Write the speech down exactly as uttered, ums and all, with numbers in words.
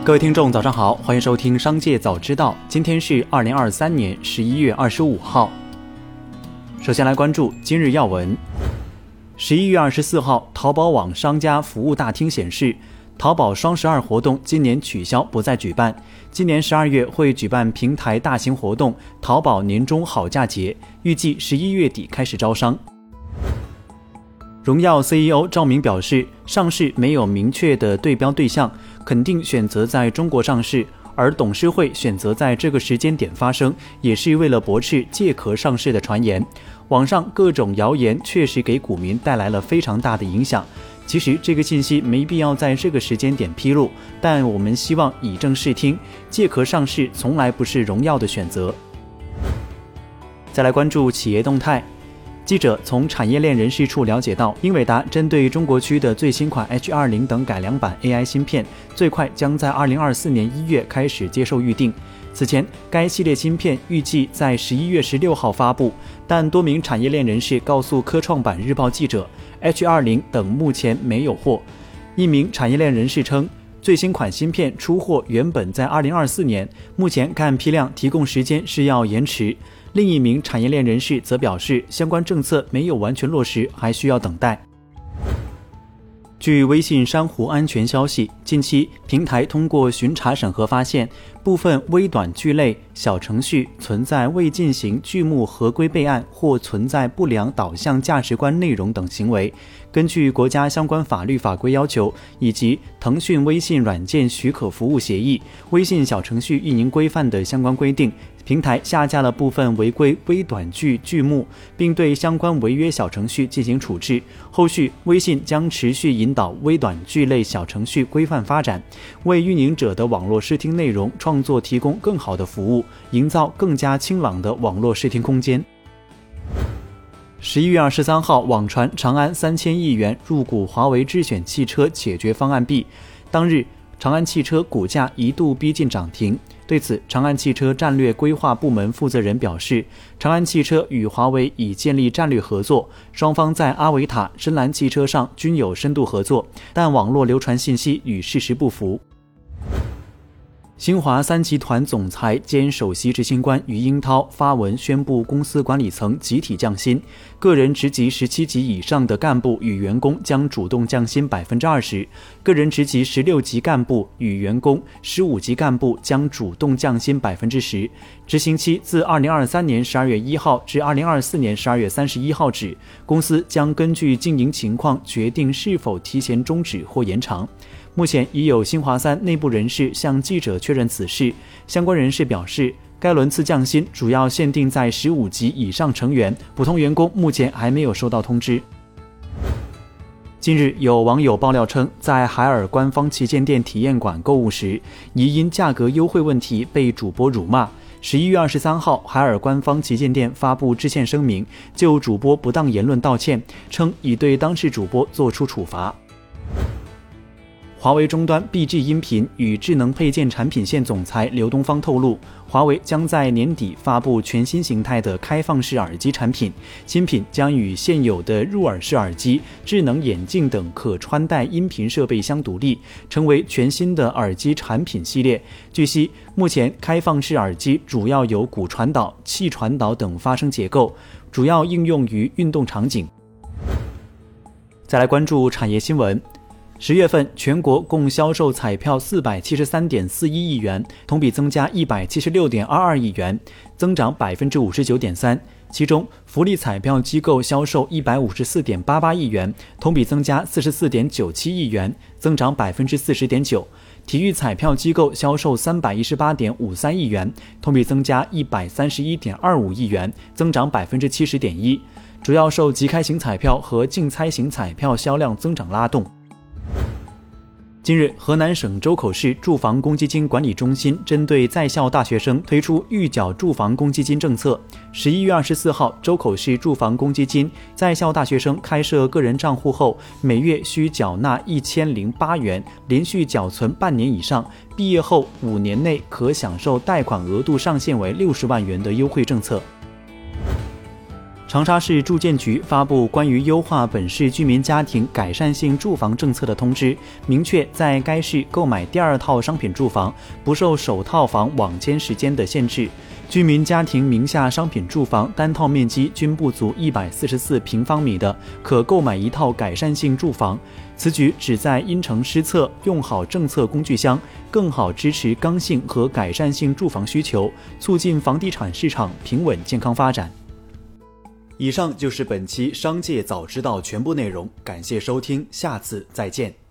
各位听众早上好，欢迎收听商界早知道，今天是二零二三年十一月二十五号。首先来关注今日要闻。十一月二十四号，淘宝网商家服务大厅显示，淘宝双十二活动今年取消，不再举办。今年十二月会举办平台大型活动淘宝年终好价节，预计十一月底开始招商。荣耀 C E O 赵明表示，上市没有明确的对标对象，肯定选择在中国上市，而董事会选择在这个时间点发生，也是为了驳斥借壳上市的传言。网上各种谣言确实给股民带来了非常大的影响。其实这个信息没必要在这个时间点披露，但我们希望以正视听，借壳上市从来不是荣耀的选择。再来关注企业动态。记者从产业链人士处了解到，英伟达针对中国区的最新款 H 二十 等改良版 A I 芯片，最快将在二零二四年一月开始接受预定。此前，该系列芯片预计在十一月十六号发布，但多名产业链人士告诉科创板日报记者 ，H 二十 等目前没有货。一名产业链人士称，最新款芯片出货原本在二零二四年，目前看批量提供时间是要延迟。另一名产业链人士则表示，相关政策没有完全落实，还需要等待。据微信珊瑚安全消息，近期平台通过巡查审核发现，部分微短剧类小程序存在未进行剧目合规备案或存在不良导向价值观内容等行为。根据国家相关法律法规要求以及腾讯微信软件许可服务协议、微信小程序运营规范的相关规定，平台下架了部分违规微短剧剧目，并对相关违约小程序进行处置。后续微信将持续引导微短剧类小程序规范发展，为运营者的网络视听内容创作提供更好的服务，营造更加清朗的网络视听空间。十一月二十三号，网传长安三千亿元入股华为智选汽车解决方案 B， 当日长安汽车股价一度逼近涨停。对此，长安汽车战略规划部门负责人表示，长安汽车与华为已建立战略合作，双方在阿维塔、深蓝汽车上均有深度合作，但网络流传信息与事实不符。新华三集团总裁兼首席执行官余英涛发文宣布，公司管理层集体降薪，个人职级十七级以上的干部与员工将主动降薪 百分之二十， 个人职级十六级干部与员工、十五级干部将主动降薪 百分之十。 执行期自二零二三年十二月一号至二零二四年十二月三十一号止，公司将根据经营情况决定是否提前终止或延长。目前已有新华三内部人士向记者确认此事，相关人士表示，该轮次降薪主要限定在十五级以上成员，普通员工目前还没有收到通知。近日，有网友爆料称，在海尔官方旗舰店体验馆购物时，疑因价格优惠问题被主播辱骂。十一月二十三号，海尔官方旗舰店发布致歉声明，就主播不当言论道歉，称已对当事主播作出处罚。华为终端 B G 音频与智能配件产品线总裁刘东方透露，华为将在年底发布全新形态的开放式耳机产品，新品将与现有的入耳式耳机、智能眼镜等可穿戴音频设备相独立，成为全新的耳机产品系列。据悉，目前开放式耳机主要有骨传导、气传导等发声结构，主要应用于运动场景。再来关注产业新闻。十月份全国共销售彩票四百七十三点四一亿元，同比增加一百七十六点二二亿元，增长 百分之五十九点三。其中，福利彩票机构销售一百五十四点八八亿元，同比增加四十四点九七亿元，增长 百分之四十点九。体育彩票机构销售三百一十八点五三亿元，同比增加一百三十一点二五亿元，增长 百分之七十点一。主要受即开型彩票和竞猜型彩票销量增长拉动。近日，河南省周口市住房公积金管理中心针对在校大学生推出预缴住房公积金政策。十一月二十四号，周口市住房公积金在校大学生开设个人账户后，每月需缴纳一千零八元，连续缴存半年以上，毕业后五年内可享受贷款额度上限为六十万元的优惠政策。 长沙市住建局发布关于优化本市居民家庭改善性住房政策的通知，明确在该市购买第二套商品住房不受首套房网签时间的限制。居民家庭名下商品住房单套面积均不足一百四十四平方米的，可购买一套改善性住房。此举旨在因城施策，用好政策工具箱，更好支持刚性和改善性住房需求，促进房地产市场平稳健康发展。以上就是本期商界早知道全部内容，感谢收听，下次再见。